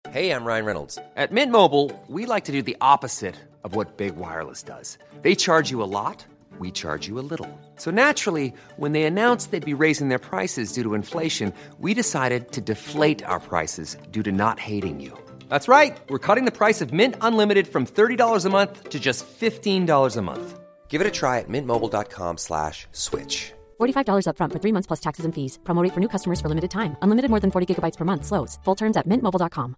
Hey, I'm Ryan Reynolds. At Mint Mobile, we like to do the opposite of what Big Wireless does. They charge you a lot, we charge you a little. So naturally, when they announced they'd be raising their prices due to inflation, we decided to deflate our prices due to not hating you. That's right. We're cutting the price of Mint Unlimited from $30 a month to just $15 a month. Give it a try at mintmobile.com/switch. $45 up front for 3 months plus taxes and fees. Promo rate for new customers for limited time. Unlimited more than 40 gigabytes per month. Slows full terms at mintmobile.com.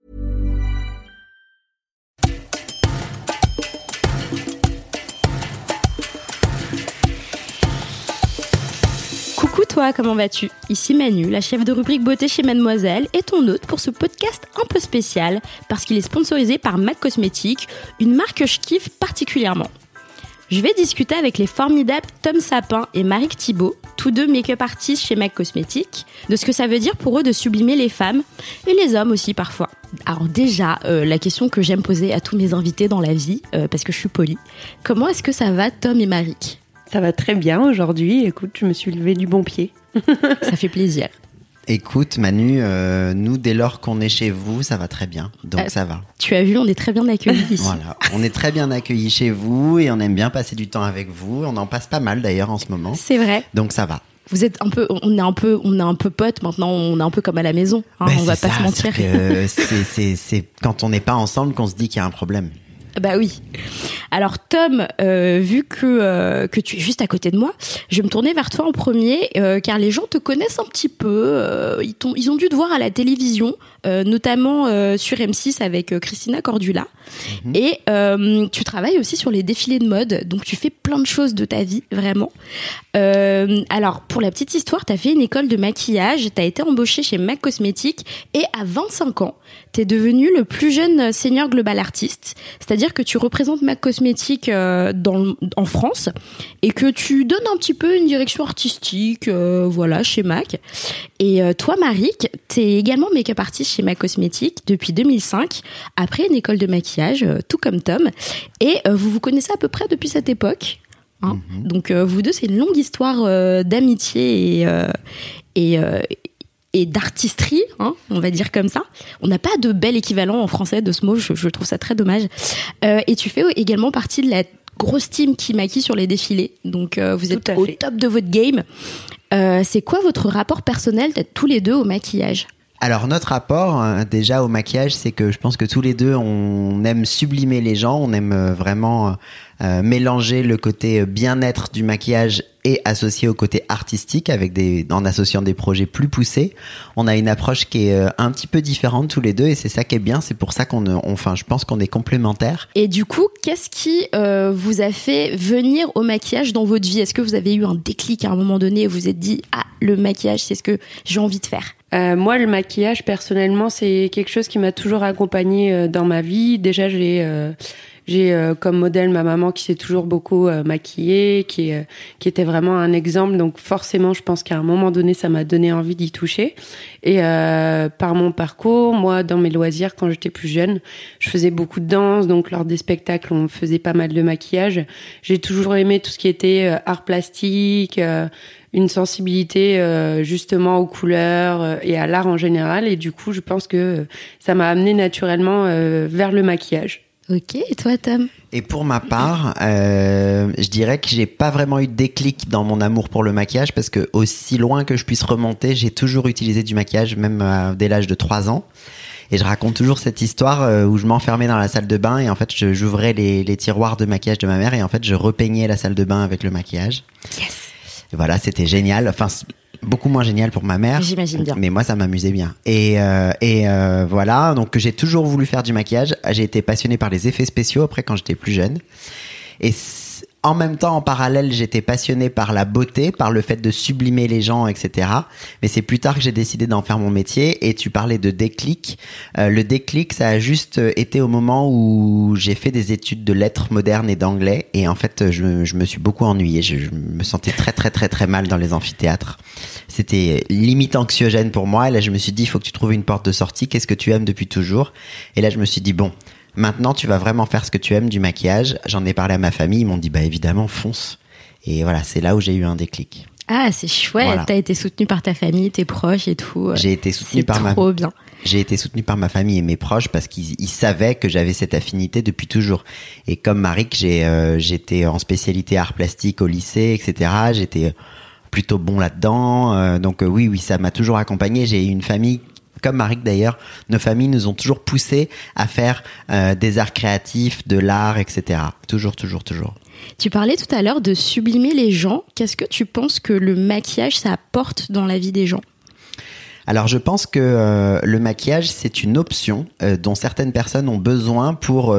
Coucou toi, comment vas-tu ? Ici Manu, la chef de rubrique beauté chez Mademoiselle, et ton hôte pour ce podcast un peu spécial parce qu'il est sponsorisé par MAC Cosmétiques, une marque que je kiffe particulièrement. Je vais discuter avec les formidables Tom Sapin et Maric Thibault, tous deux make-up artistes chez MAC Cosmétiques, de ce que ça veut dire pour eux de sublimer les femmes, et les hommes aussi parfois. Alors déjà, la question que j'aime poser à tous mes invités dans la vie, parce que je suis polie, comment est-ce que ça va Tom et Maric ? Ça va très bien aujourd'hui. Écoute, je me suis levée du bon pied. Ça fait plaisir. Écoute Manu, nous dès lors qu'on est chez vous, ça va très bien, donc ça va. Tu as vu, on est très bien accueillis ici. Voilà, on est très bien accueillis chez vous et on aime bien passer du temps avec vous. On en passe pas mal d'ailleurs en ce moment. C'est vrai. Donc ça va. Vous êtes un peu, on est un peu potes maintenant. On est un peu comme à la maison. Hein, on va pas se mentir. C'est quand on n'est pas ensemble qu'on se dit qu'il y a un problème. Bah oui. Alors Tom, vu que tu es juste à côté de moi, je vais me tourner vers toi en premier, car les gens te connaissent un petit peu. Ils ont dû te voir à la télévision, notamment sur M6 avec Christina Cordula. Mm-hmm. Et tu travailles aussi sur les défilés de mode, donc tu fais plein de choses de ta vie, vraiment. Alors, pour la petite histoire, tu as fait une école de maquillage, tu as été embauché chez MAC Cosmétiques, et à 25 ans, tu es devenu le plus jeune senior global artiste, c'est-à-dire que tu représentes MAC Cosmétiques en France et que tu donnes un petit peu une direction artistique voilà, chez MAC. Et toi, Maric, tu es également make-up artiste chez MAC Cosmétiques depuis 2005, après une école de maquillage, tout comme Tom. Et vous vous connaissez à peu près depuis cette époque. Hein. Mm-hmm. Donc vous deux, c'est une longue histoire d'amitié et d'artisterie, hein, on va dire comme ça. On n'a pas de bel équivalent en français de ce mot, je trouve ça très dommage. Et tu fais également partie de la grosse team qui maquille sur les défilés, donc vous êtes au top de votre game. C'est quoi votre rapport personnel d'être tous les deux au maquillage ? Alors notre rapport déjà au maquillage, c'est que je pense que tous les deux on aime sublimer les gens, on aime vraiment mélanger le côté bien-être du maquillage et associé au côté artistique en associant des projets plus poussés. On a une approche qui est un petit peu différente tous les deux et c'est ça qui est bien, c'est pour ça je pense qu'on est complémentaires. Et du coup, qu'est-ce qui vous a fait venir au maquillage dans votre vie ? Est-ce que vous avez eu un déclic à un moment donné et vous vous êtes dit « Ah, le maquillage, c'est ce que j'ai envie de faire ». Moi, le maquillage, personnellement, c'est quelque chose qui m'a toujours accompagnée dans ma vie. Déjà, j'ai comme modèle ma maman qui s'est toujours beaucoup maquillée, qui était vraiment un exemple. Donc forcément, je pense qu'à un moment donné, ça m'a donné envie d'y toucher. Et par mon parcours, moi, dans mes loisirs, quand j'étais plus jeune, je faisais beaucoup de danse. Donc lors des spectacles, on faisait pas mal de maquillage. J'ai toujours aimé tout ce qui était art plastique, une sensibilité justement aux couleurs et à l'art en général. Et du coup, je pense que ça m'a amené naturellement vers le maquillage. Ok, et toi Tom ? Et pour ma part, je dirais que j'ai pas vraiment eu de déclic dans mon amour pour le maquillage parce que aussi loin que je puisse remonter, j'ai toujours utilisé du maquillage, même dès l'âge de 3 ans. Et je raconte toujours cette histoire où je m'enfermais dans la salle de bain et en fait j'ouvrais les tiroirs de maquillage de ma mère et en fait je repeignais la salle de bain avec le maquillage. Yes. Et voilà, c'était génial. Enfin, beaucoup moins génial pour ma mère. J'imagine bien. Mais moi, ça m'amusait bien. Et voilà, donc j'ai toujours voulu faire du maquillage. J'ai été passionnée par les effets spéciaux après quand j'étais plus jeune. Et en même temps, en parallèle, j'étais passionnée par la beauté, par le fait de sublimer les gens, etc. Mais c'est plus tard que j'ai décidé d'en faire mon métier. Et tu parlais de déclic. Le déclic, ça a juste été au moment où j'ai fait des études de lettres modernes et d'anglais. Et en fait, je me suis beaucoup ennuyée. Je me sentais très, très, très, très mal dans les amphithéâtres. C'était limite anxiogène pour moi. Et là, je me suis dit, il faut que tu trouves une porte de sortie. Qu'est-ce que tu aimes depuis toujours ? Et là, je me suis dit, bon, maintenant, tu vas vraiment faire ce que tu aimes du maquillage. J'en ai parlé à ma famille. Ils m'ont dit, bah évidemment, fonce. Et voilà, c'est là où j'ai eu un déclic. Ah, c'est chouette. Voilà. T'as été soutenue par ta famille, tes proches et tout. J'ai été soutenue par trop bien. J'ai été soutenue par ma famille et mes proches parce qu'ils savaient que j'avais cette affinité depuis toujours. Et comme Maric, j'étais en spécialité art plastique au lycée, etc. J'étais plutôt bon là-dedans. Donc oui, ça m'a toujours accompagné. J'ai une famille, comme Maric d'ailleurs, nos familles nous ont toujours poussés à faire des arts créatifs, de l'art, etc. Toujours. Tu parlais tout à l'heure de sublimer les gens. Qu'est-ce que tu penses que le maquillage, ça apporte dans la vie des gens ? Alors je pense que le maquillage, c'est une option dont certaines personnes ont besoin pour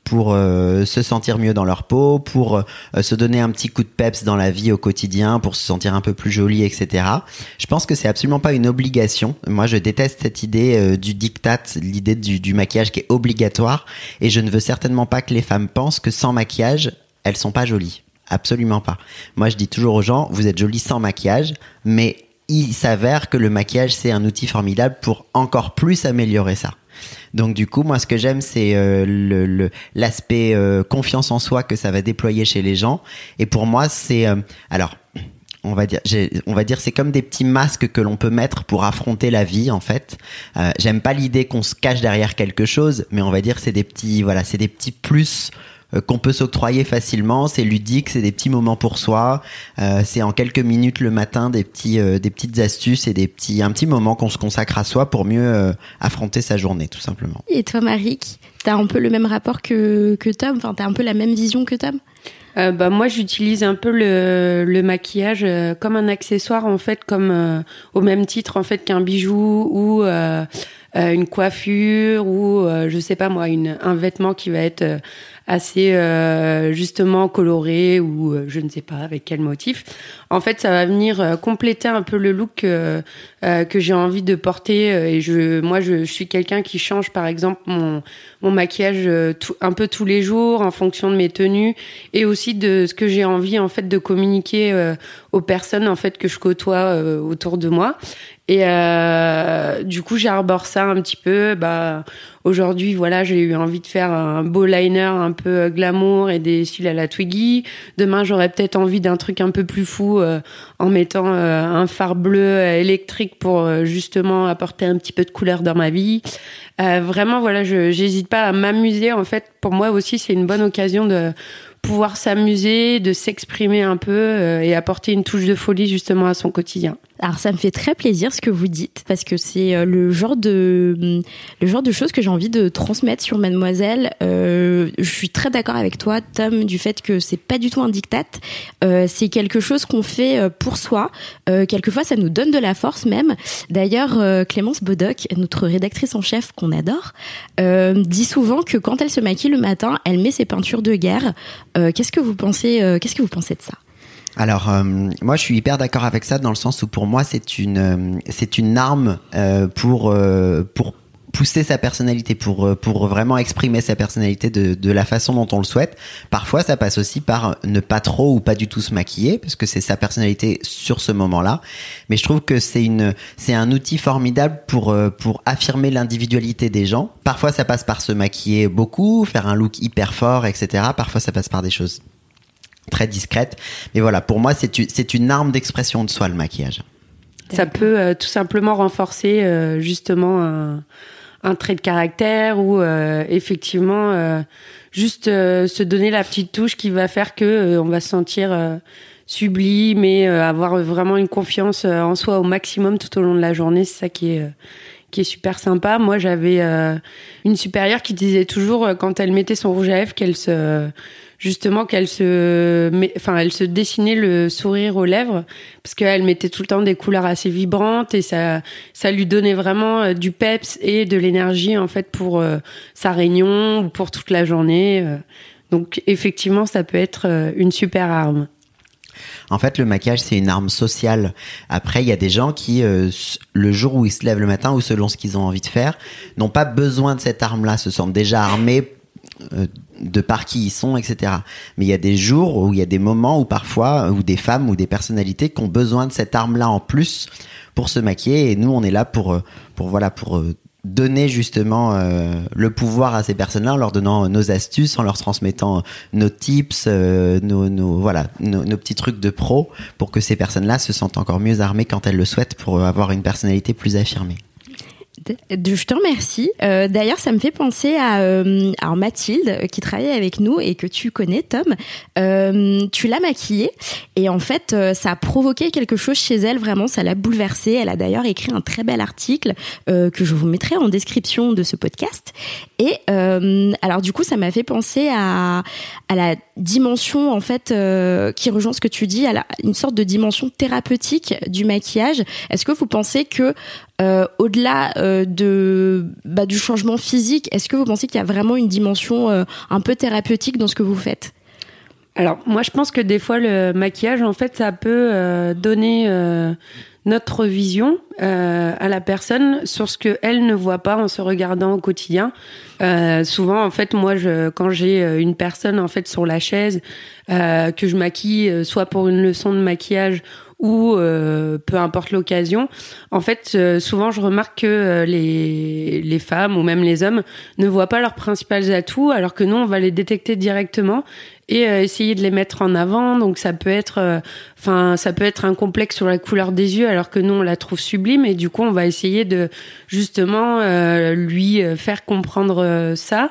se sentir mieux dans leur peau, pour se donner un petit coup de peps dans la vie au quotidien, pour se sentir un peu plus jolie, etc. Je pense que c'est absolument pas une obligation. Moi, je déteste cette idée du diktat, l'idée du maquillage qui est obligatoire, et je ne veux certainement pas que les femmes pensent que sans maquillage, elles sont pas jolies. Absolument pas. Moi, je dis toujours aux gens, vous êtes jolies sans maquillage, mais il s'avère que le maquillage, c'est un outil formidable pour encore plus améliorer ça. Donc du coup, moi, ce que j'aime, c'est l'aspect confiance en soi que ça va déployer chez les gens. Et pour moi, c'est on va dire, c'est comme des petits masques que l'on peut mettre pour affronter la vie, en fait. J'aime pas l'idée qu'on se cache derrière quelque chose, mais on va dire, c'est des petits plus qu'on peut s'octroyer facilement. C'est ludique, c'est des petits moments pour soi, c'est en quelques minutes le matin des petites astuces et un petit moment qu'on se consacre à soi pour mieux affronter sa journée, tout simplement. Et toi, Maric, t'as un peu le même rapport que Tom, enfin t'as un peu la même vision que Tom? Moi, j'utilise un peu le maquillage comme un accessoire, en fait, comme au même titre en fait qu'un bijou ou une coiffure ou je sais pas moi, un vêtement qui va être assez justement coloré ou je ne sais pas avec quel motif. En fait, ça va venir compléter un peu le look que j'ai envie de porter. Et je suis quelqu'un qui change par exemple mon maquillage un peu tous les jours en fonction de mes tenues et aussi de ce que j'ai envie en fait de communiquer aux personnes en fait que je côtoie autour de moi. Et du coup, j'arbore ça un petit peu. Aujourd'hui, voilà, j'ai eu envie de faire un beau liner un peu glamour et des cils à la Twiggy. Demain, j'aurais peut-être envie d'un truc un peu plus fou en mettant un fard bleu électrique pour justement apporter un petit peu de couleur dans ma vie. Vraiment, voilà, j'hésite pas à m'amuser. En fait, pour moi aussi, c'est une bonne occasion de pouvoir s'amuser, de s'exprimer un peu et apporter une touche de folie justement à son quotidien. Alors ça me fait très plaisir ce que vous dites parce que c'est le genre de choses que j'ai envie de transmettre sur Mademoiselle. Je suis très d'accord avec toi, Tom, du fait que c'est pas du tout un diktat. C'est quelque chose qu'on fait pour soi. Quelquefois, ça nous donne de la force même. D'ailleurs, Clémence Bodoc, notre rédactrice en chef qu'on adore, dit souvent que quand elle se maquille le matin, elle met ses peintures de guerre. Qu'est-ce que vous pensez de ça ? Alors, moi, je suis hyper d'accord avec ça dans le sens où pour moi, c'est une arme pour pousser sa personnalité, pour vraiment exprimer sa personnalité de la façon dont on le souhaite. Parfois, ça passe aussi par ne pas trop ou pas du tout se maquiller, parce que c'est sa personnalité sur ce moment-là. Mais je trouve que c'est un outil formidable pour affirmer l'individualité des gens. Parfois, ça passe par se maquiller beaucoup, faire un look hyper fort, etc. Parfois, ça passe par des choses très discrète, mais voilà, pour moi c'est une arme d'expression de soi, le maquillage. Ça peut tout simplement renforcer justement un trait de caractère ou effectivement juste se donner la petite touche qui va faire que on va se sentir sublime et avoir vraiment une confiance en soi au maximum tout au long de la journée. C'est ça qui est super sympa. Moi, j'avais une supérieure qui disait toujours quand elle mettait son rouge à lèvres elle se dessinait le sourire aux lèvres parce qu'elle mettait tout le temps des couleurs assez vibrantes et ça lui donnait vraiment du peps et de l'énergie en fait pour sa réunion ou pour toute la journée. Donc effectivement, ça peut être une super arme. En fait, le maquillage, c'est une arme sociale. Après, il y a des gens qui, le jour où ils se lèvent le matin ou selon ce qu'ils ont envie de faire, n'ont pas besoin de cette arme-là, se sentent déjà armés de par qui ils sont, etc. Mais il y a des jours où il y a des moments où parfois, où des femmes ou des personnalités qui ont besoin de cette arme-là en plus pour se maquiller. Et nous, on est là pour donner justement le pouvoir à ces personnes-là en leur donnant nos astuces, en leur transmettant nos tips, nos petits trucs de pro pour que ces personnes-là se sentent encore mieux armées quand elles le souhaitent pour avoir une personnalité plus affirmée. Je te remercie. D'ailleurs, ça me fait penser à alors Mathilde qui travaille avec nous et que tu connais, Tom. Tu l'as maquillée et en fait, ça a provoqué quelque chose chez elle. Vraiment, ça l'a bouleversée. Elle a d'ailleurs écrit un très bel article que je vous mettrai en description de ce podcast. Et alors du coup, ça m'a fait penser à la dimension en fait qui rejoint ce que tu dis, à une sorte de dimension thérapeutique du maquillage. Est-ce que vous pensez que au-delà du changement physique, est-ce que vous pensez qu'il y a vraiment une dimension un peu thérapeutique dans ce que vous faites ? Alors, moi, je pense que des fois, le maquillage, en fait, ça peut donner notre vision à la personne sur ce qu'elle ne voit pas en se regardant au quotidien. Souvent, en fait, moi, quand j'ai une personne en fait sur la chaise que je maquille, soit pour une leçon de maquillage ou peu importe l'occasion, en fait, souvent, je remarque que les femmes ou même les hommes ne voient pas leurs principaux atouts, alors que nous, on va les détecter directement et essayer de les mettre en avant. Donc ça peut être ça peut être un complexe sur la couleur des yeux alors que nous on la trouve sublime, et du coup on va essayer de justement lui faire comprendre ça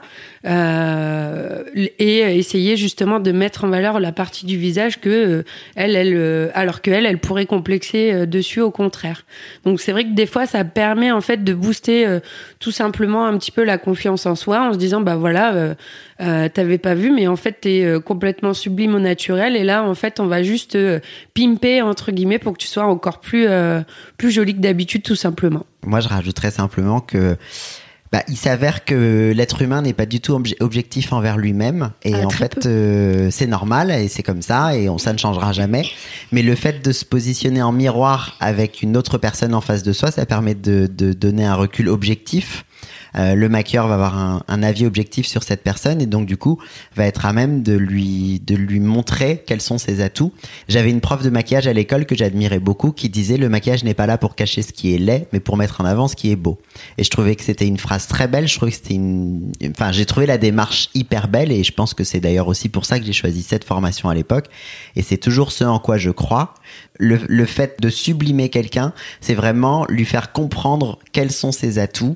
et essayer justement de mettre en valeur la partie du visage que alors que elle pourrait complexer dessus au contraire. Donc c'est vrai que des fois ça permet en fait de booster tout simplement un petit peu la confiance en soi en se disant bah voilà, t'avais pas vu, mais en fait t'es complètement sublime au naturel, et là en fait on va juste pimper entre guillemets pour que tu sois encore plus jolie que d'habitude, tout simplement. Moi je rajouterais simplement que il s'avère que l'être humain n'est pas du tout objectif envers lui-même, et en fait c'est normal et c'est comme ça, et ça ne changera jamais, mais le fait de se positionner en miroir avec une autre personne en face de soi, ça permet de donner un recul objectif. Le maquilleur va avoir un avis objectif sur cette personne, et donc du coup va être à même de lui montrer quels sont ses atouts. J'avais une prof de maquillage à l'école que j'admirais beaucoup qui disait: le maquillage n'est pas là pour cacher ce qui est laid, mais pour mettre en avant ce qui est beau. Et je trouvais que c'était une phrase très belle. Je trouvais que j'ai trouvé la démarche hyper belle, et je pense que c'est d'ailleurs aussi pour ça que j'ai choisi cette formation à l'époque, et c'est toujours ce en quoi je crois. Le fait de sublimer quelqu'un, c'est vraiment lui faire comprendre quels sont ses atouts.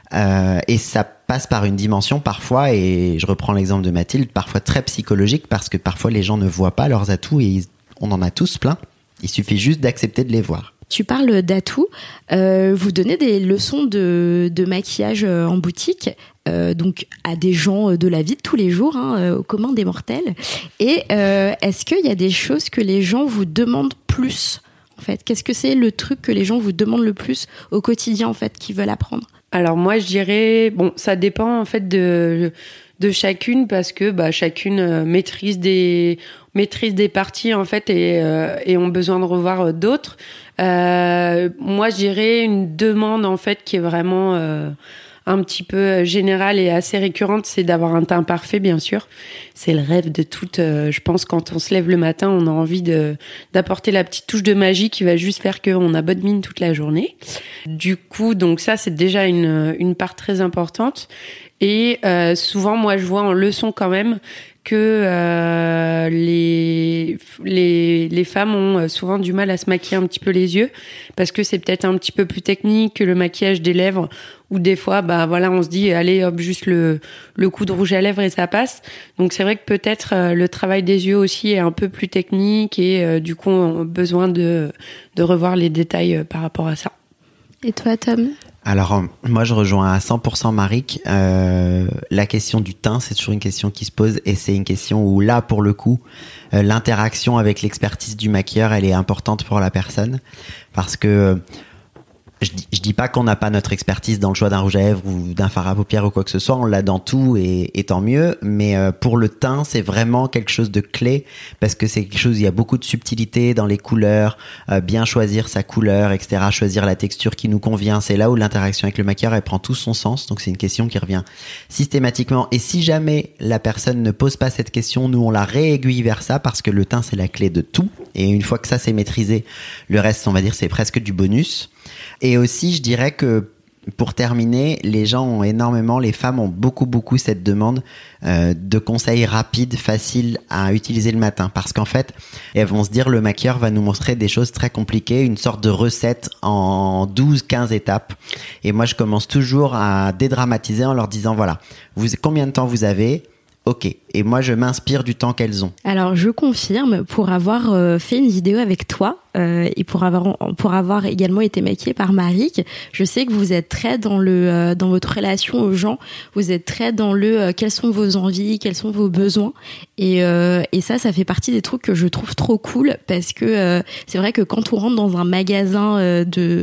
Et ça passe par une dimension parfois, et je reprends l'exemple de Mathilde, parfois très psychologique, parce que parfois les gens ne voient pas leurs atouts, et on en a tous plein. Il suffit juste d'accepter de les voir. Tu parles d'atouts, vous donnez des leçons de maquillage en boutique, donc à des gens de la vie de tous les jours, au commun des mortels. Et est-ce qu'il y a des choses que les gens vous demandent plus, en fait ? Qu'est-ce que c'est le truc que les gens vous demandent le plus au quotidien, en fait, qu'ils veulent apprendre ? Alors moi je dirais, ça dépend en fait de chacune, parce que chacune maîtrise des parties en fait, et ont besoin de revoir d'autres. Moi je dirais une demande en fait qui est vraiment un petit peu générale et assez récurrente, c'est d'avoir un teint parfait, bien sûr. C'est le rêve de toute, je pense, quand on se lève le matin, on a envie d'apporter la petite touche de magie qui va juste faire qu'on a bonne mine toute la journée. Du coup, donc ça, c'est déjà une part très importante. Et souvent, moi, je vois en leçon quand même que les femmes ont souvent du mal à se maquiller un petit peu les yeux, parce que c'est peut-être un petit peu plus technique que le maquillage des lèvres, où des fois on se dit allez hop, juste le coup de rouge à lèvres et ça passe. Donc c'est vrai que peut-être le travail des yeux aussi est un peu plus technique, et du coup on a besoin de revoir les détails par rapport à ça. Et toi, Tom ? Alors, moi, je rejoins à 100% Maric. La question du teint, c'est toujours une question qui se pose, et c'est une question où, là, pour le coup, l'interaction avec l'expertise du maquilleur, elle est importante pour la personne, parce que je dis pas qu'on n'a pas notre expertise dans le choix d'un rouge à lèvres ou d'un fard à paupières ou quoi que ce soit, on l'a dans tout, et tant mieux, mais pour le teint, c'est vraiment quelque chose de clé, parce que c'est quelque chose, il y a beaucoup de subtilité dans les couleurs, bien choisir sa couleur, etc., choisir la texture qui nous convient, c'est là où l'interaction avec le maquilleur, elle prend tout son sens. Donc c'est une question qui revient systématiquement, et si jamais la personne ne pose pas cette question, nous on la réaiguille vers ça, parce que le teint, c'est la clé de tout, et une fois que ça c'est maîtrisé, le reste, on va dire, c'est presque du bonus. Et aussi, je dirais que pour terminer, les femmes ont beaucoup cette demande de conseils rapides, faciles à utiliser le matin. Parce qu'en fait, elles vont se dire, le maquilleur va nous montrer des choses très compliquées, une sorte de recette en 12-15 étapes. Et moi, je commence toujours à dédramatiser en leur disant, voilà, combien de temps vous avez ? Ok. Et moi, je m'inspire du temps qu'elles ont. Alors, je confirme, pour avoir fait une vidéo avec toi et pour avoir également été maquillée par Maric, je sais que vous êtes très dans votre relation aux gens. Vous êtes très dans quelles sont vos envies, quels sont vos besoins. Et ça fait partie des trucs que je trouve trop cool parce que c'est vrai que quand on rentre dans un magasin de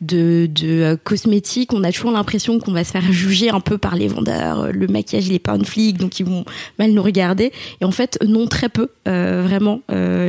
cosmétiques, on a toujours l'impression qu'on va se faire juger un peu par les vendeurs. Le maquillage, il est pas on flic, donc ils vont mal nous regarder. Et en fait, non, très peu. Vraiment,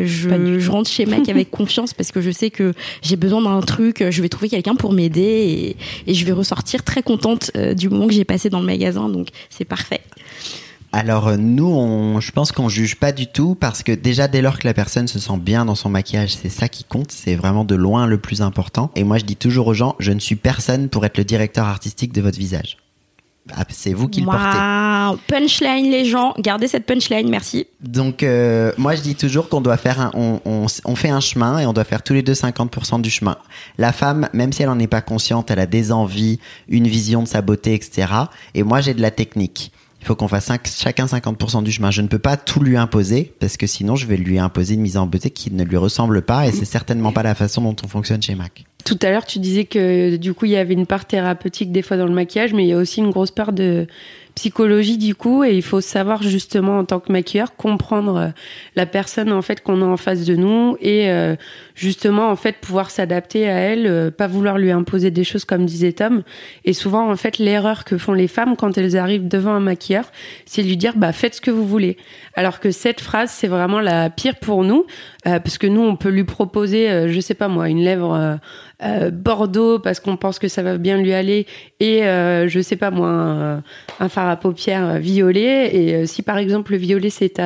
je rentre chez Mac avec confiance parce que je sais que j'ai besoin d'un truc, je vais trouver quelqu'un pour m'aider et je vais ressortir très contente du moment que j'ai passé dans le magasin. Donc, c'est parfait. Alors nous, je pense qu'on juge pas du tout parce que déjà dès lors que la personne se sent bien dans son maquillage, c'est ça qui compte, c'est vraiment de loin le plus important. Et moi je dis toujours aux gens, je ne suis personne pour être le directeur artistique de votre visage. Ah, c'est vous qui le portez. Punchline les gens, gardez cette punchline, merci. Donc moi je dis toujours qu'on doit faire on fait un chemin et on doit faire tous les deux 50% du chemin. La femme, même si elle en est pas consciente, elle a des envies, une vision de sa beauté, etc. Et moi j'ai de la technique. Il faut qu'on fasse chacun 50% du chemin. Je ne peux pas tout lui imposer parce que sinon je vais lui imposer une mise en beauté qui ne lui ressemble pas et c'est certainement pas la façon dont on fonctionne chez MAC. Tout à l'heure, tu disais que du coup, il y avait une part thérapeutique des fois dans le maquillage, mais il y a aussi une grosse part de psychologie du coup, et il faut savoir justement en tant que maquilleur comprendre la personne en fait qu'on a en face de nous et justement en fait pouvoir s'adapter à elle, pas vouloir lui imposer des choses comme disait Tom. Et souvent en fait l'erreur que font les femmes quand elles arrivent devant un maquilleur, c'est lui dire faites ce que vous voulez. Alors que cette phrase c'est vraiment la pire pour nous parce que nous on peut lui proposer je sais pas moi une lèvre bordeaux parce qu'on pense que ça va bien lui aller et je sais pas moi un fard à paupières violet et si par exemple le violet c'est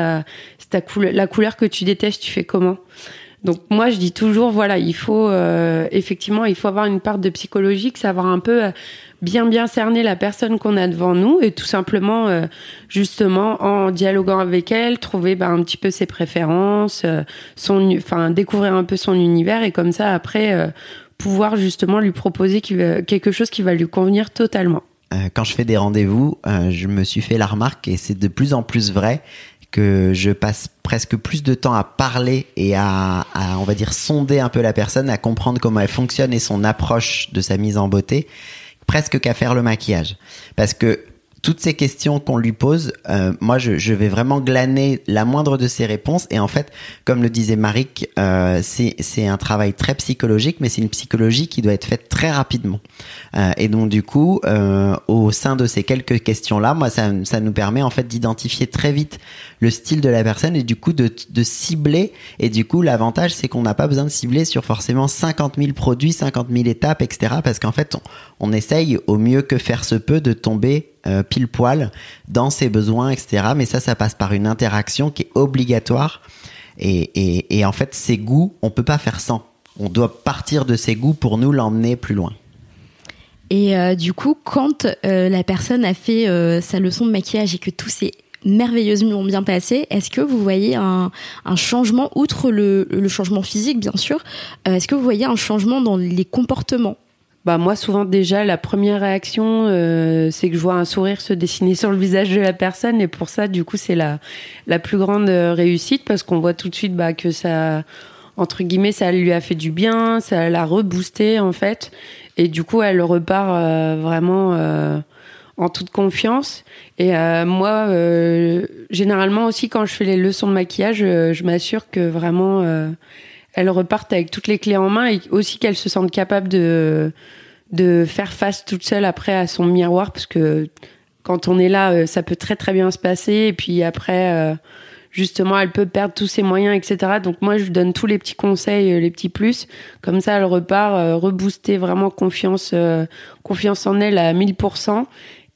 la couleur que tu détestes, tu fais comment? Donc moi je dis toujours voilà, il faut effectivement il faut avoir une part de psychologique, savoir un peu bien cerner la personne qu'on a devant nous et tout simplement justement en dialoguant avec elle trouver un petit peu ses préférences, découvrir un peu son univers et comme ça après pouvoir justement lui proposer quelque chose qui va lui convenir totalement. Quand je fais des rendez-vous, je me suis fait la remarque et c'est de plus en plus vrai que je passe presque plus de temps à parler et à on va dire sonder un peu la personne, à comprendre comment elle fonctionne et son approche de sa mise en beauté, presque qu'à faire le maquillage. Parce que toutes ces questions qu'on lui pose, moi je vais vraiment glaner la moindre de ses réponses et en fait, comme le disait Maric, c'est un travail très psychologique, mais c'est une psychologie qui doit être faite très rapidement. Et donc du coup, au sein de ces quelques questions-là, moi ça nous permet en fait d'identifier très vite le style de la personne et du coup de cibler. Et du coup, l'avantage c'est qu'on n'a pas besoin de cibler sur forcément 50 000 produits, 50 000 étapes, etc. Parce qu'en fait, on essaye au mieux que faire se peut de tomber pile poil dans ses besoins, etc. Mais ça passe par une interaction qui est obligatoire et en fait ses goûts, on peut pas faire sans. On doit partir de ses goûts pour nous l'emmener plus loin. Et du coup, quand la personne a fait sa leçon de maquillage et que tout s'est merveilleusement bien passé, est-ce que vous voyez un changement, outre le changement physique bien sûr, est-ce que vous voyez un changement dans les comportements? Moi, souvent, déjà, la première réaction, c'est que je vois un sourire se dessiner sur le visage de la personne. Et pour ça, du coup, c'est la plus grande réussite parce qu'on voit tout de suite que ça, entre guillemets, ça lui a fait du bien, ça l'a reboosté, en fait. Et du coup, elle repart vraiment en toute confiance. Et moi, généralement aussi, quand je fais les leçons de maquillage, je m'assure que vraiment... elles repartent avec toutes les clés en main et aussi qu'elles se sentent capables de faire face toute seule après à son miroir parce que quand on est là, ça peut très très bien se passer et puis après, justement, elle peut perdre tous ses moyens, etc. Donc moi, je lui donne tous les petits conseils, les petits plus. Comme ça, elle repart rebooster vraiment confiance en elle à 1000%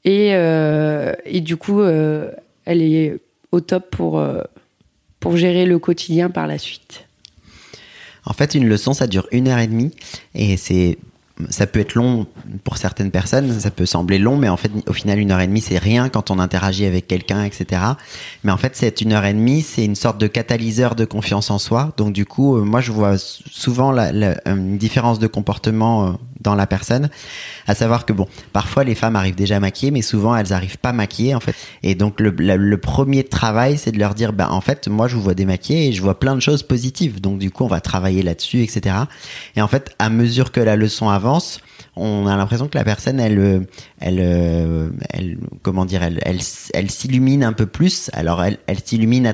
et du coup, elle est au top pour gérer le quotidien par la suite. En fait, une leçon, ça dure 1h30 et c'est ça peut être long pour certaines personnes, ça peut sembler long, mais en fait, au final, 1h30, c'est rien quand on interagit avec quelqu'un, etc. Mais en fait, cette 1h30, c'est une sorte de catalyseur de confiance en soi. Donc, du coup, moi, je vois souvent une différence de comportement dans la personne. À savoir que, bon, parfois, les femmes arrivent déjà maquillées, mais souvent, elles arrivent pas maquillées, en fait. Et donc, le premier travail, c'est de leur dire, en fait, moi, je vous vois démaquillée et je vois plein de choses positives. Donc, du coup, on va travailler là-dessus, etc. Et en fait, à mesure que la leçon avance, on a l'impression que la personne, elle s'illumine un peu plus. Alors, elle s'illumine.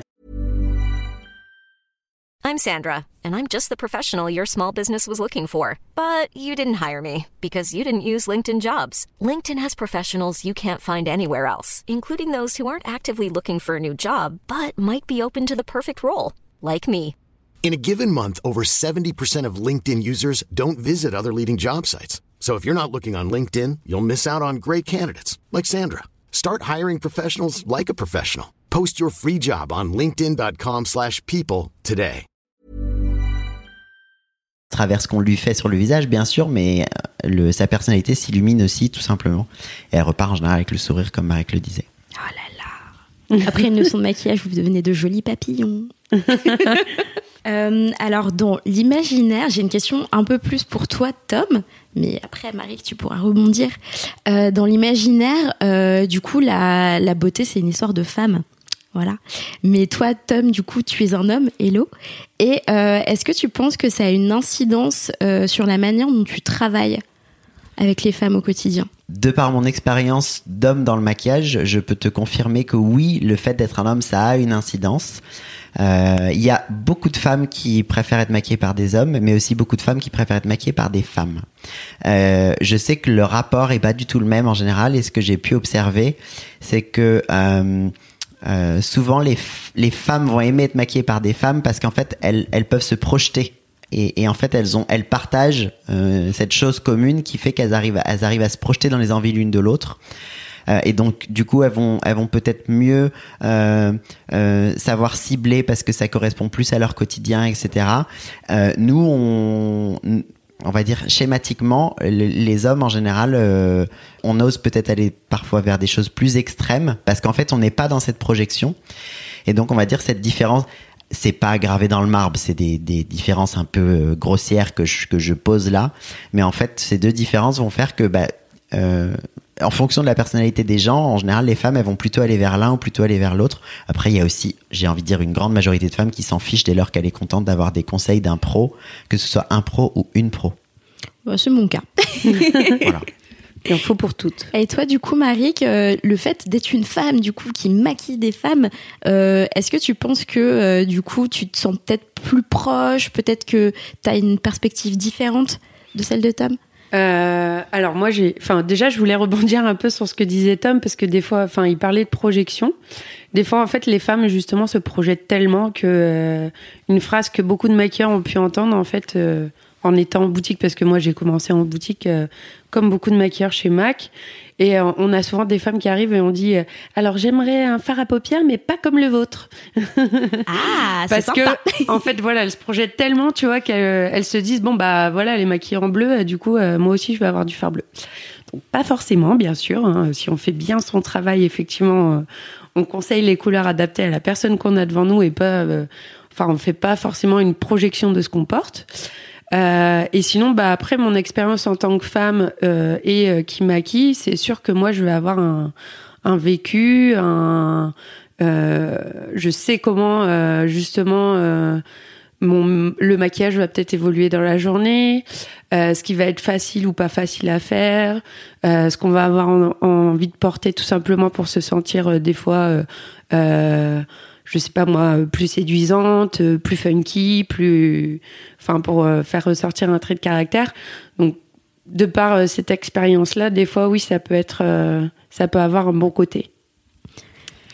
I'm Sandra, and I'm just the professional your small business was looking for. But you didn't hire me because you didn't use LinkedIn Jobs. LinkedIn has professionals you can't find anywhere else, including those who aren't actively looking for a new job, but might be open to the perfect role, like me. In a given month, over 70% of LinkedIn users don't visit other leading job sites. So if you're not looking on LinkedIn, you'll miss out on great candidates like Sandra. Start hiring professionals like a professional. Post your free job on linkedin.com/people today. À travers ce qu'on lui fait sur le visage, bien sûr, mais sa personnalité s'illumine aussi, tout simplement. Et elle repart en général avec le sourire, comme Marie le disait. Oh là là. Après une leçon de maquillage, vous devenez de jolis papillons. Alors, dans l'imaginaire, j'ai une question un peu plus pour toi, Tom, mais après, Marie, tu pourras rebondir. Dans l'imaginaire, du coup, la beauté, c'est une histoire de femme. Voilà. Mais toi, Tom, du coup, tu es un homme, hello. Et est-ce que tu penses que ça a une incidence sur la manière dont tu travailles avec les femmes au quotidien ? De par mon expérience d'homme dans le maquillage, je peux te confirmer que oui, le fait d'être un homme, ça a une incidence. Il y a beaucoup de femmes qui préfèrent être maquillées par des hommes, mais aussi beaucoup de femmes qui préfèrent être maquillées par des femmes. Je sais que le rapport est pas du tout le même en général, et ce que j'ai pu observer, c'est que souvent les femmes vont aimer être maquillées par des femmes parce qu'en fait elles peuvent se projeter. Et en fait, elles partagent cette chose commune qui fait qu'elles arrivent à se projeter dans les envies l'une de l'autre. Et donc, du coup, elles vont peut-être mieux savoir cibler parce que ça correspond plus à leur quotidien, etc. Nous, on va dire schématiquement, les hommes en général, on ose peut-être aller parfois vers des choses plus extrêmes parce qu'en fait, on n'est pas dans cette projection. Et donc, on va dire cette différence. C'est pas gravé dans le marbre, c'est des différences un peu grossières que je pose là. Mais en fait, ces deux différences vont faire que, en fonction de la personnalité des gens, en général, les femmes, elles vont plutôt aller vers l'un ou plutôt aller vers l'autre. Après, il y a aussi, j'ai envie de dire, une grande majorité de femmes qui s'en fichent dès lors qu'elle est contente d'avoir des conseils d'un pro, que ce soit un pro ou une pro. Bah, c'est mon cas. Voilà. Il en faut pour toutes. Et toi, du coup, Marie, le fait d'être une femme, du coup, qui maquille des femmes, est-ce que tu penses que, du coup, tu te sens peut-être plus proche, peut-être que tu as une perspective différente de celle de Tom ? Alors moi, déjà, je voulais rebondir un peu sur ce que disait Tom, parce que des fois, il parlait de projection. Des fois, en fait, les femmes, justement, se projettent tellement que une phrase que beaucoup de maquilleurs ont pu entendre, en fait, en étant en boutique, parce que moi, j'ai commencé en boutique, comme beaucoup de maquilleurs chez MAC. Et on a souvent des femmes qui arrivent et on dit alors j'aimerais un fard à paupières mais pas comme le vôtre. Ah, parce c'est sympa. que en fait voilà, elles se projettent tellement, tu vois, qu'elles se disent bon bah voilà, les maquillées en bleu, du coup moi aussi je vais avoir du fard bleu. Donc pas forcément, bien sûr, hein, si on fait bien son travail, effectivement on conseille les couleurs adaptées à la personne qu'on a devant nous et pas on fait pas forcément une projection de ce qu'on porte. Et sinon, après mon expérience en tant que femme qui maquille, c'est sûr que moi, je vais avoir un vécu, je sais comment justement le maquillage va peut-être évoluer dans la journée, ce qui va être facile ou pas facile à faire, ce qu'on va avoir envie de porter tout simplement pour se sentir des fois je sais pas moi, plus séduisante, plus funky, pour faire ressortir un trait de caractère. Donc, de par cette expérience-là, des fois, oui, ça peut avoir un bon côté.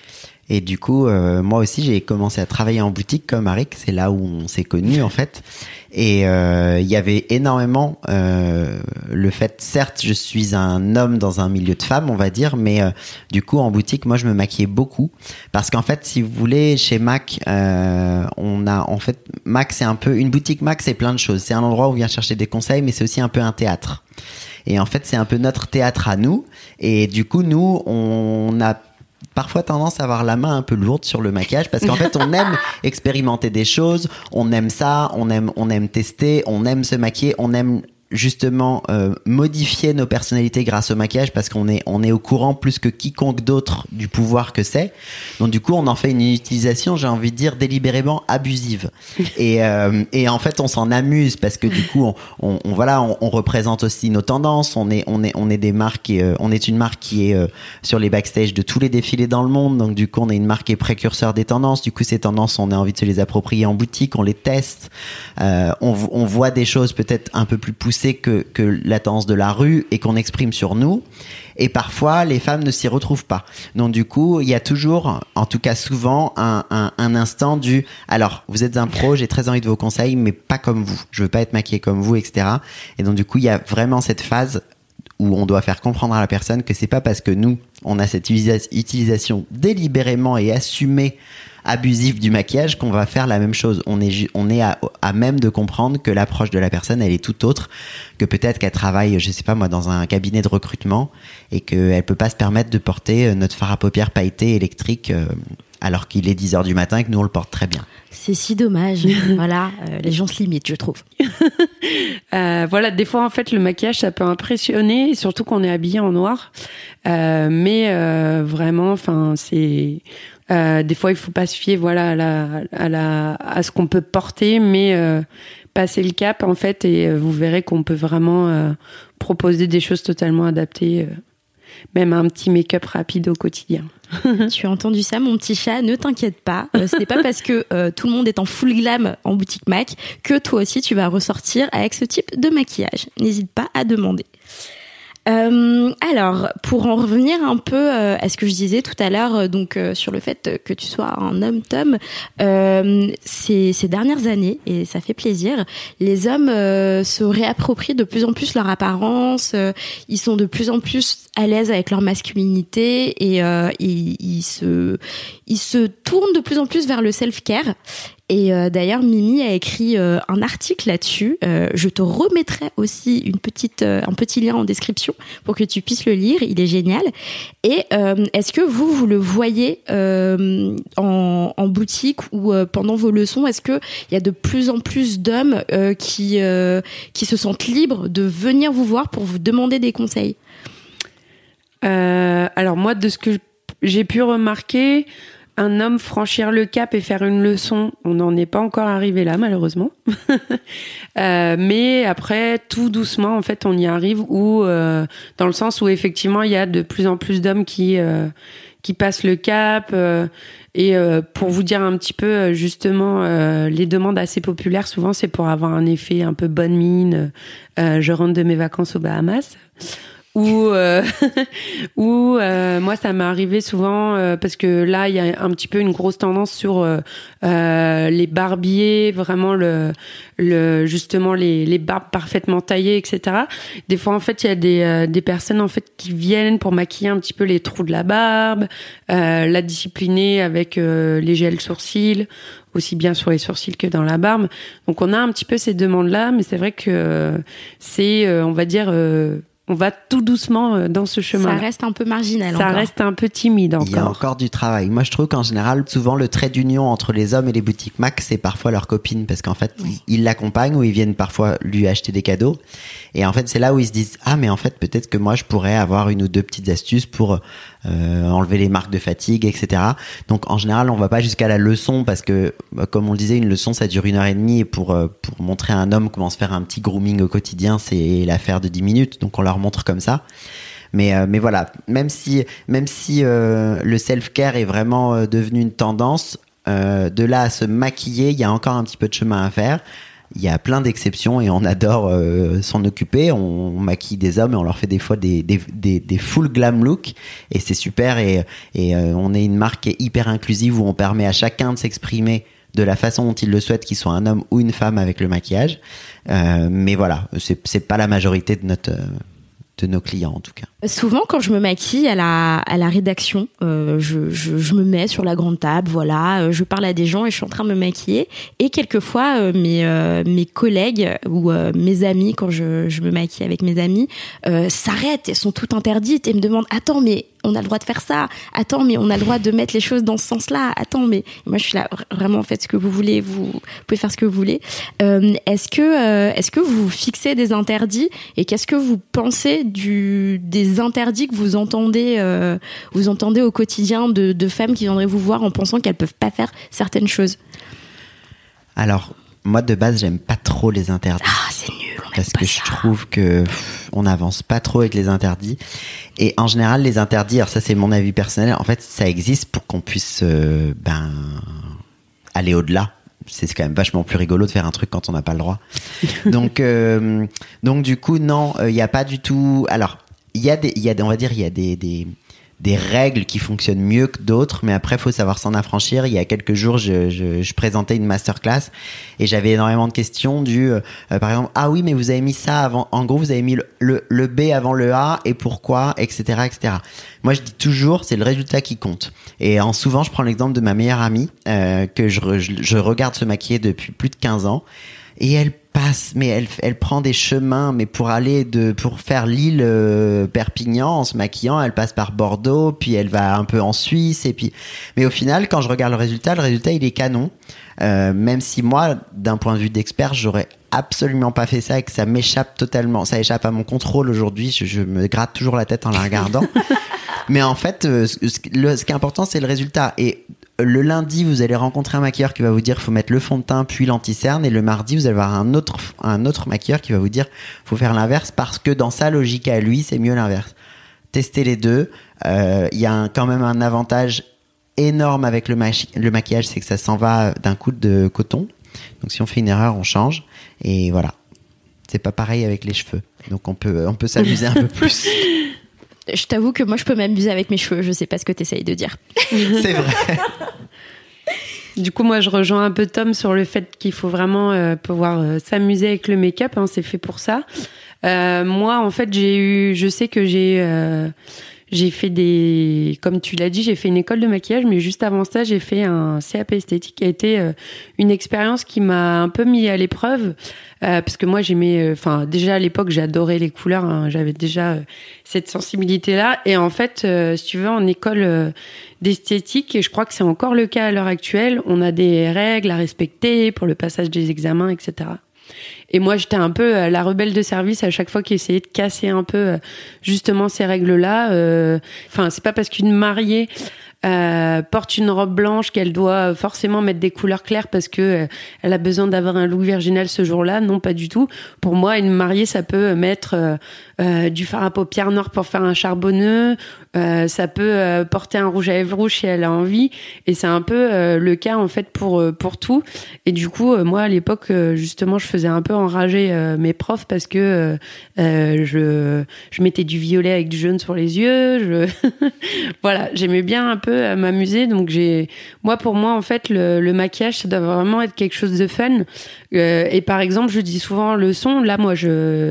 Et du coup, moi aussi, j'ai commencé à travailler en boutique comme Arik. C'est là où on s'est connus, en fait. Et il y avait énormément le fait, certes, je suis un homme dans un milieu de femmes, on va dire, mais du coup, en boutique, moi, je me maquillais beaucoup. Parce qu'en fait, si vous voulez, chez MAC, on a, en fait, MAC, c'est un peu, une boutique MAC, c'est plein de choses. C'est un endroit où on vient chercher des conseils, mais c'est aussi un peu un théâtre. Et en fait, c'est un peu notre théâtre à nous. Et du coup, nous, on a parfois tendance à avoir la main un peu lourde sur le maquillage parce qu'en fait on aime expérimenter des choses, on aime ça, on aime tester, on aime se maquiller, on aime justement modifier nos personnalités grâce au maquillage parce qu'on est au courant plus que quiconque d'autre du pouvoir que c'est. Donc du coup on en fait une utilisation, j'ai envie de dire délibérément abusive. Et en fait on s'en amuse parce que du coup on représente aussi nos tendances. On est des marques on est une marque qui est sur les backstage de tous les défilés dans le monde. Donc du coup on est une marque qui est précurseur des tendances. Du coup ces tendances on a envie de se les approprier en boutique, on les teste, on voit des choses peut-être un peu plus poussées que la tendance de la rue et qu'on exprime sur nous. Et parfois, les femmes ne s'y retrouvent pas. Donc, du coup, il y a toujours, en tout cas souvent, un instant du « Alors, vous êtes un pro, j'ai très envie de vos conseils, mais pas comme vous. Je veux pas être maquillée comme vous, etc. » Et donc, du coup, il y a vraiment cette phase où on doit faire comprendre à la personne que c'est pas parce que nous, on a cette utilisation délibérément et assumée abusive du maquillage qu'on va faire la même chose. On est à même de comprendre que l'approche de la personne, elle est tout autre, que peut-être qu'elle travaille, je sais pas moi, dans un cabinet de recrutement et qu'elle peut pas se permettre de porter notre fard à paupières pailleté électrique alors qu'il est 10h du matin et que nous on le porte très bien. C'est si dommage. Voilà, les gens se limitent, je trouve. Voilà, des fois en fait le maquillage ça peut impressionner, surtout qu'on est habillé en noir. Mais vraiment, enfin c'est des fois il faut pas se fier à ce qu'on peut porter, mais passer le cap en fait et vous verrez qu'on peut vraiment proposer des choses totalement adaptées, même un petit make-up rapide au quotidien. Tu as entendu ça, mon petit chat, ne t'inquiète pas. Ce n'est pas parce que tout le monde est en full glam en boutique MAC que toi aussi tu vas ressortir avec ce type de maquillage. N'hésite pas à demander. Alors, pour en revenir un peu à ce que je disais tout à l'heure, donc sur le fait que tu sois un homme, Tom, ces dernières années, et ça fait plaisir, les hommes se réapproprient de plus en plus leur apparence, ils sont de plus en plus à l'aise avec leur masculinité et ils se tournent de plus en plus vers le self-care. Et d'ailleurs, Mimi a écrit un article là-dessus. Je te remettrai aussi un petit lien en description pour que tu puisses le lire. Il est génial. Et est-ce que vous le voyez en boutique ou pendant vos leçons? Est-ce qu'il y a de plus en plus d'hommes qui se sentent libres de venir vous voir pour vous demander des conseils? Alors moi, de ce que j'ai pu remarquer, un homme franchir le cap et faire une leçon, on n'en est pas encore arrivé là, malheureusement. Mais après, tout doucement, en fait, on y arrive dans le sens où effectivement, il y a de plus en plus d'hommes qui passent le cap. Et pour vous dire un petit peu, justement, les demandes assez populaires, souvent, c'est pour avoir un effet un peu bonne mine. Je rentre de mes vacances aux Bahamas. Ou moi ça m'est arrivé souvent parce que là il y a un petit peu une grosse tendance sur les barbiers, vraiment justement les barbes parfaitement taillées, etc. Des fois en fait il y a des personnes en fait qui viennent pour maquiller un petit peu les trous de la barbe, la discipliner avec les gels sourcils, aussi bien sur les sourcils que dans la barbe. Donc on a un petit peu ces demandes là, mais c'est vrai que c'est on va dire on va tout doucement dans ce chemin. Ça reste un peu marginal encore. Ça reste un peu timide encore. Il y a encore du travail. Moi, je trouve qu'en général, souvent, le trait d'union entre les hommes et les boutiques MAC, c'est parfois leur copine. Parce qu'en fait, ils l'accompagnent ou ils viennent parfois lui acheter des cadeaux. Et en fait, c'est là où ils se disent « Ah, mais en fait, peut-être que moi, je pourrais avoir une ou deux petites astuces pour enlever les marques de fatigue, etc. » Donc, en général, on va pas jusqu'à la leçon parce que, comme on le disait, une leçon, ça dure 1h30. Et pour montrer à un homme comment se faire un petit grooming au quotidien, c'est l'affaire de 10 minutes. Donc, on leur montre comme ça. Mais voilà, même si le self-care est vraiment devenu une tendance, de là à se maquiller, il y a encore un petit peu de chemin à faire. il y a plein d'exceptions et on adore s'en occuper. On maquille des hommes et on leur fait des fois des full glam look et c'est super. Et on est une marque qui est hyper inclusive où on permet à chacun de s'exprimer de la façon dont il le souhaite, qu'il soit un homme ou une femme avec le maquillage. Mais voilà, c'est pas la majorité de nos clients en tout cas. Souvent quand je me maquille à la rédaction, je me mets sur la grande table, voilà, je parle à des gens et je suis en train de me maquiller. Et quelquefois mes collègues ou mes amis, quand je me maquille avec mes amis, s'arrêtent, elles sont toutes interdites et me demandent « Attends, mais on a le droit de faire ça. Attends, mais on a le droit de mettre les choses dans ce sens-là. Attends, mais moi je suis là, vraiment faites ce que vous voulez, vous pouvez faire ce que vous voulez. » Est-ce que vous fixez des interdits et qu'est-ce que vous pensez des interdits que vous entendez au quotidien de femmes qui viendraient vous voir en pensant qu'elles peuvent pas faire certaines choses? Alors, moi de base, j'aime pas trop les interdits. Ah, c'est nul, on parce aime pas que ça. je trouve que on n'avance pas trop avec les interdits. Et en général, les interdits, alors ça c'est mon avis personnel, en fait, ça existe pour qu'on puisse aller au-delà. C'est quand même vachement plus rigolo de faire un truc quand on n'a pas le droit. Donc du coup, non, il n'y a pas du tout. Alors, il y a des règles qui fonctionnent mieux que d'autres, mais après, il faut savoir s'en affranchir. Il y a quelques jours, je présentais une masterclass et j'avais énormément de questions par exemple, ah oui, mais vous avez mis ça avant, en gros, vous avez mis le B avant le A et pourquoi, etc., etc. Moi, je dis toujours, c'est le résultat qui compte. Et souvent, je prends l'exemple de ma meilleure amie, que je regarde se maquiller depuis plus de 15 ans. Et elle passe, mais elle prend des chemins, mais pour faire l'île Perpignan en se maquillant, elle passe par Bordeaux, puis elle va un peu en Suisse, mais au final, quand je regarde le résultat il est canon. Même si moi, d'un point de vue d'expert, j'aurais absolument pas fait ça et que ça m'échappe totalement, ça échappe à mon contrôle aujourd'hui. Je me gratte toujours la tête en la regardant. Mais en fait, ce qui est important, c'est le résultat. Et le lundi, vous allez rencontrer un maquilleur qui va vous dire qu'il faut mettre le fond de teint puis l'anti-cerne, et le mardi, vous allez avoir un autre maquilleur qui va vous dire qu'il faut faire l'inverse parce que dans sa logique à lui, c'est mieux l'inverse. Testez les deux. Il y a quand même un avantage énorme avec le maquillage, c'est que ça s'en va d'un coup de coton. Donc si on fait une erreur, on change. Et voilà. C'est pas pareil avec les cheveux. Donc on peut s'amuser un peu plus. Je t'avoue que moi, je peux m'amuser avec mes cheveux. Je sais pas ce que t'essayes de dire. C'est vrai. Du coup, moi, je rejoins un peu Tom sur le fait qu'il faut vraiment pouvoir s'amuser avec le make-up. Hein, c'est fait pour ça. Moi, en fait, je sais que j'ai fait comme tu l'as dit, j'ai fait une école de maquillage, mais juste avant ça, j'ai fait un CAP esthétique qui a été une expérience qui m'a un peu mis à l'épreuve, parce que moi j'aimais, déjà à l'époque j'adorais les couleurs, hein, j'avais déjà cette sensibilité-là, et en fait, si tu veux, en école d'esthétique, et je crois que c'est encore le cas à l'heure actuelle, on a des règles à respecter pour le passage des examens, etc. Et moi, j'étais un peu la rebelle de service à chaque fois qui essayait de casser un peu justement ces règles-là. C'est pas parce qu'une mariée porte une robe blanche qu'elle doit forcément mettre des couleurs claires parce que elle a besoin d'avoir un look virginal ce jour-là. Non, pas du tout. Pour moi, une mariée, ça peut mettre du fard à paupières noir pour faire un charbonneux. Ça peut porter un rouge à lèvres rouge si elle a envie. Et c'est un peu le cas en fait pour tout. Et du coup, moi à l'époque, justement, je faisais un peu enrager mes profs parce que je mettais du violet avec du jaune sur les yeux. Voilà, j'aimais bien un peu m'amuser. Donc pour moi en fait, le maquillage, ça doit vraiment être quelque chose de fun. Et par exemple, je dis souvent le son. Là, moi,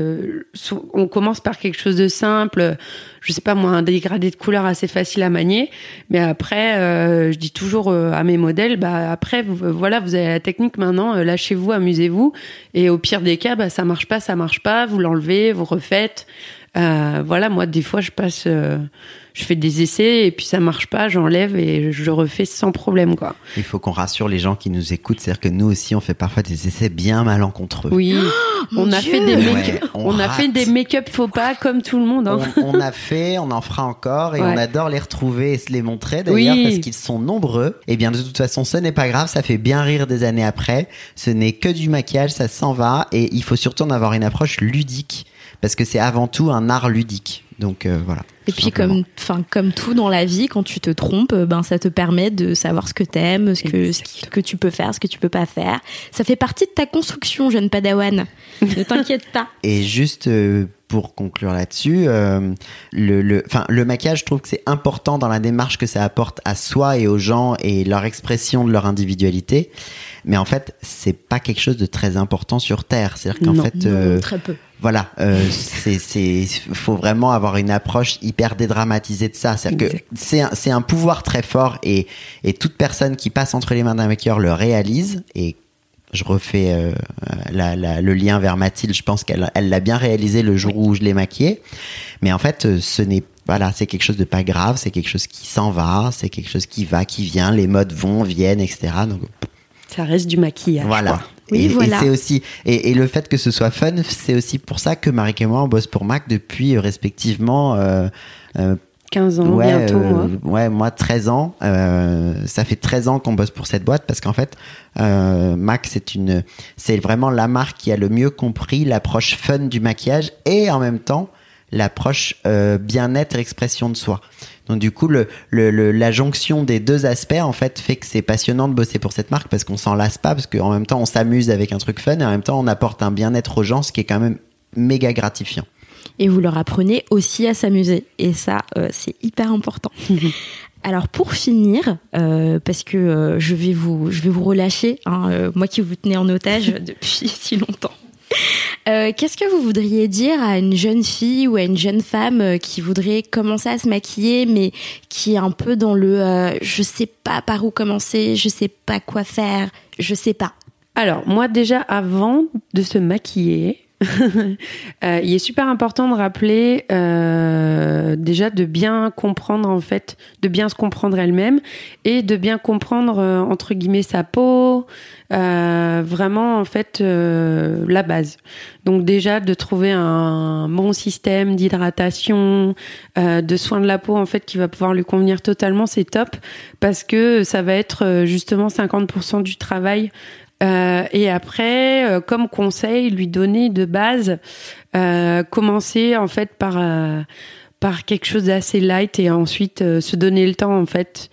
on commence par quelque chose de simple. Je sais pas moi, un dégradé de couleur assez facile à manier. Mais après, je dis toujours à mes modèles, après, voilà, vous avez la technique maintenant. Lâchez-vous, amusez-vous. Et au pire des cas, ça marche pas. Vous l'enlevez, vous refaites. Voilà, moi, des fois, je fais des essais et puis ça marche pas, j'enlève et je refais sans problème, quoi. Il faut qu'on rassure les gens qui nous écoutent, c'est-à-dire que nous aussi, on fait parfois des essais bien malencontreux. Oui, on a fait des make-up faux pas comme tout le monde. Hein. On en fera encore et on adore les retrouver et se les montrer d'ailleurs parce qu'ils sont nombreux. Et bien de toute façon, ce n'est pas grave, ça fait bien rire des années après. Ce n'est que du maquillage, ça s'en va et il faut surtout en avoir une approche ludique parce que c'est avant tout un art ludique. Donc voilà. Et puis comme tout dans la vie, quand tu te trompes, ça te permet de savoir ce que t'aimes, ce que tu peux faire, ce que tu peux pas faire. Ça fait partie de ta construction, jeune padawan. Ne t'inquiète pas. Et juste pour conclure là-dessus, le maquillage, je trouve que c'est important dans la démarche que ça apporte à soi et aux gens et leur expression de leur individualité. Mais en fait, c'est pas quelque chose de très important sur Terre. C'est-à-dire qu'en très peu. Voilà, faut vraiment avoir une approche hyper dédramatisée de ça. C'est-à-dire que c'est un pouvoir très fort et toute personne qui passe entre les mains d'un maquilleur le réalise. Et je refais le lien vers Mathilde. Je pense qu'elle l'a bien réalisé le jour où je l'ai maquillée. Mais en fait, c'est quelque chose de pas grave. C'est quelque chose qui s'en va. C'est quelque chose qui va, qui vient. Les modes vont, viennent, etc. Donc, ça reste du maquillage. Voilà. Quoi. Oui, voilà. Et c'est aussi et le fait que ce soit fun, c'est aussi pour ça que Maric et moi on bosse pour MAC depuis respectivement 15 ans bientôt moi 13 ans. Ça fait 13 ans qu'on bosse pour cette boîte parce qu'en fait MAC c'est vraiment la marque qui a le mieux compris l'approche fun du maquillage et en même temps l'approche bien-être et expression de soi. Donc du coup, la jonction des deux aspects en fait fait que c'est passionnant de bosser pour cette marque parce qu'on s'en lasse pas, parce qu'en même temps on s'amuse avec un truc fun et en même temps on apporte un bien-être aux gens, ce qui est quand même méga gratifiant. Et vous leur apprenez aussi à s'amuser. Et ça, c'est hyper important. Alors pour finir, parce que je vais vous relâcher, moi qui vous tenais en otage depuis si longtemps. Qu'est-ce que vous voudriez dire à une jeune fille ou à une jeune femme qui voudrait commencer à se maquiller mais qui est un peu dans le je sais pas par où commencer, je sais pas quoi faire, je sais pas. Alors moi déjà avant de se maquiller, il est super important de rappeler déjà de bien comprendre en fait, de bien se comprendre elle-même et de bien comprendre entre guillemets sa peau, vraiment en fait la base. Donc déjà de trouver un bon système d'hydratation, de soins de la peau en fait qui va pouvoir lui convenir totalement, c'est top parce que ça va être justement 50% du travail. Et après, comme conseil, lui donner de base, commencer en fait par quelque chose d'assez light et ensuite se donner le temps en fait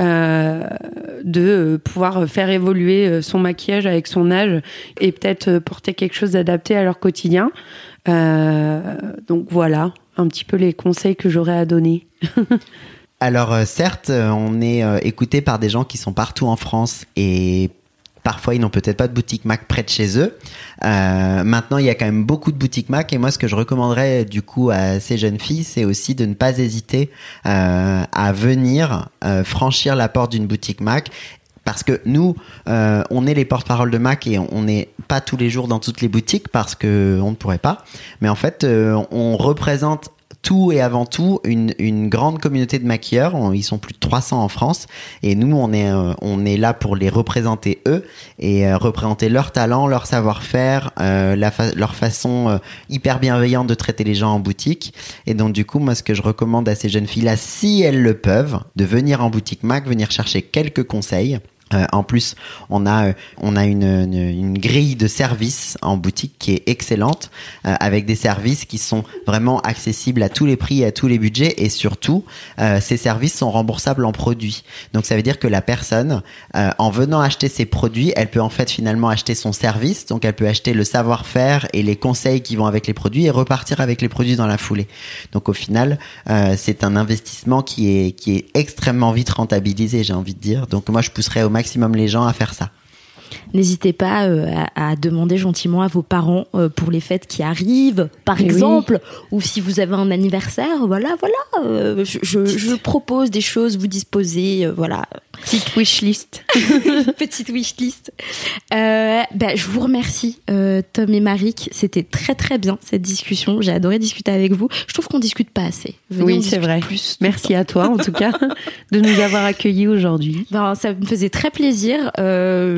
de pouvoir faire évoluer son maquillage avec son âge et peut-être porter quelque chose d'adapté à leur quotidien. Donc voilà, un petit peu les conseils que j'aurais à donner. Alors certes, on est écouté par des gens qui sont partout en France et parfois, ils n'ont peut-être pas de boutique MAC près de chez eux. Maintenant, il y a quand même beaucoup de boutiques MAC. Et moi, ce que je recommanderais du coup à ces jeunes filles, c'est aussi de ne pas hésiter à venir franchir la porte d'une boutique MAC. Parce que nous, on est les porte-parole de MAC et on n'est pas tous les jours dans toutes les boutiques parce qu'on ne pourrait pas. Mais en fait, on représente tout et avant tout une grande communauté de maquilleurs. Ils sont plus de 300 en France et nous on est là pour les représenter eux et représenter leur talent, leur savoir-faire, leur façon hyper bienveillante de traiter les gens en boutique. Et donc du coup moi ce que je recommande à ces jeunes filles là, si elles le peuvent, de venir en boutique MAC, venir chercher quelques conseils. En plus, on a une grille de services en boutique qui est excellente, avec des services qui sont vraiment accessibles à tous les prix et à tous les budgets, et surtout, ces services sont remboursables en produits. Donc ça veut dire que la personne, en venant acheter ses produits, elle peut en fait finalement acheter son service, donc elle peut acheter le savoir-faire et les conseils qui vont avec les produits et repartir avec les produits dans la foulée. Donc au final, c'est un investissement qui est extrêmement vite rentabilisé, j'ai envie de dire. Donc moi je pousserais au maximum les gens à faire ça. N'hésitez pas à demander gentiment à vos parents pour les fêtes qui arrivent, par exemple, ou si vous avez un anniversaire, voilà, je propose des choses, vous disposez, voilà. Petite wishlist. Petite wishlist. Je vous remercie, Tom et Maric. C'était très très bien cette discussion. J'ai adoré discuter avec vous. Je trouve qu'on discute pas assez. Venez, oui, c'est vrai. Plus merci à toi, en tout cas, de nous avoir accueillis aujourd'hui. Ça me faisait très plaisir. Donc,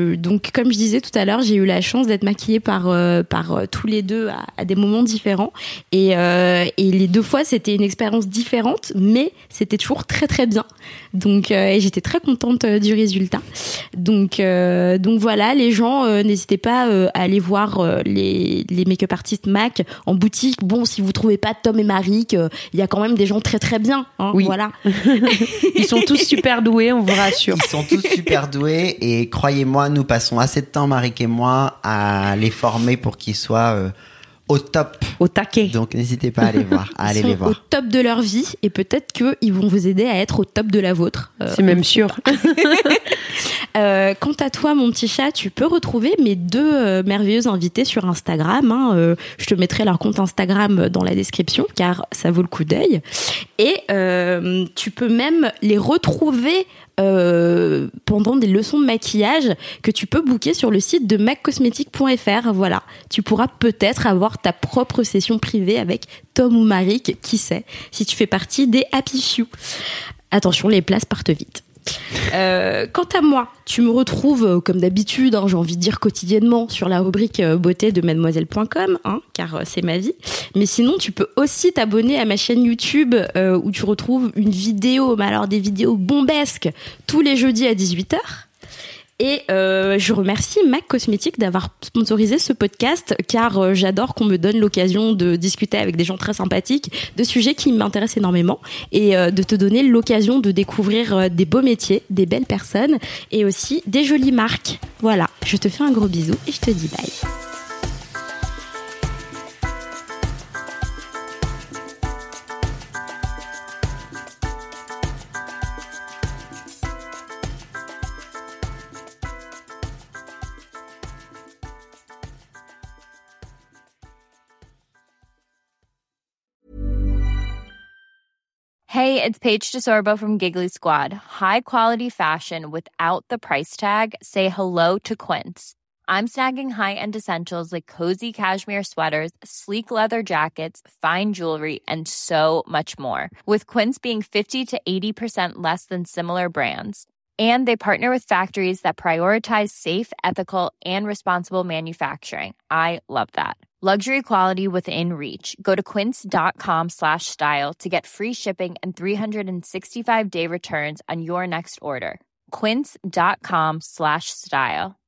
donc, comme je disais tout à l'heure, j'ai eu la chance d'être maquillée par tous les deux à des moments différents. Et les 2 fois, c'était une expérience différente, mais c'était toujours très, très bien. Donc, et j'étais très contente du résultat. Donc voilà, les gens, n'hésitez pas à aller voir les make-up artistes MAC en boutique. Bon, si vous trouvez pas Tom et Marik, il y a quand même des gens très, très bien. Hein, oui. Voilà. Ils sont tous super doués, on vous rassure. Ils sont tous super doués et croyez-moi, nous passons assez de temps, Marik et moi, à les former pour qu'ils soient au top. Au taquet. Donc n'hésitez pas à aller voir, Ils sont au top de leur vie et peut-être qu'ils vont vous aider à être au top de la vôtre. C'est même sûr. Quant à toi, mon petit chat, tu peux retrouver mes 2 merveilleux invités sur Instagram. Hein. Je te mettrai leur compte Instagram dans la description car ça vaut le coup d'œil. Et tu peux même les retrouver pendant des leçons de maquillage que tu peux booker sur le site de maccosmetic.fr. Voilà, tu pourras peut-être avoir ta propre session privée avec Tom ou Marik, qui sait, si tu fais partie des Happy Few. Attention, les places partent vite. Quant à moi, tu me retrouves comme d'habitude, j'ai envie de dire quotidiennement, sur la rubrique beauté de mademoiselle.com, car c'est ma vie. Mais sinon, tu peux aussi t'abonner à ma chaîne YouTube où tu retrouves une vidéo, mais alors des vidéos bombesques, tous les jeudis à 18h. Et je remercie MAC Cosmétiques d'avoir sponsorisé ce podcast car j'adore qu'on me donne l'occasion de discuter avec des gens très sympathiques de sujets qui m'intéressent énormément et de te donner l'occasion de découvrir des beaux métiers, des belles personnes et aussi des jolies marques. Voilà, je te fais un gros bisou et je te dis bye. Hey, it's Paige DeSorbo from Giggly Squad. High quality fashion without the price tag. Say hello to Quince. I'm snagging high-end essentials like cozy cashmere sweaters, sleek leather jackets, fine jewelry, and so much more. With Quince being 50 to 80% less than similar brands. And they partner with factories that prioritize safe, ethical, and responsible manufacturing. I love that. Luxury quality within reach. Go to quince.com/style to get free shipping and 365-day returns on your next order. Quince.com/style.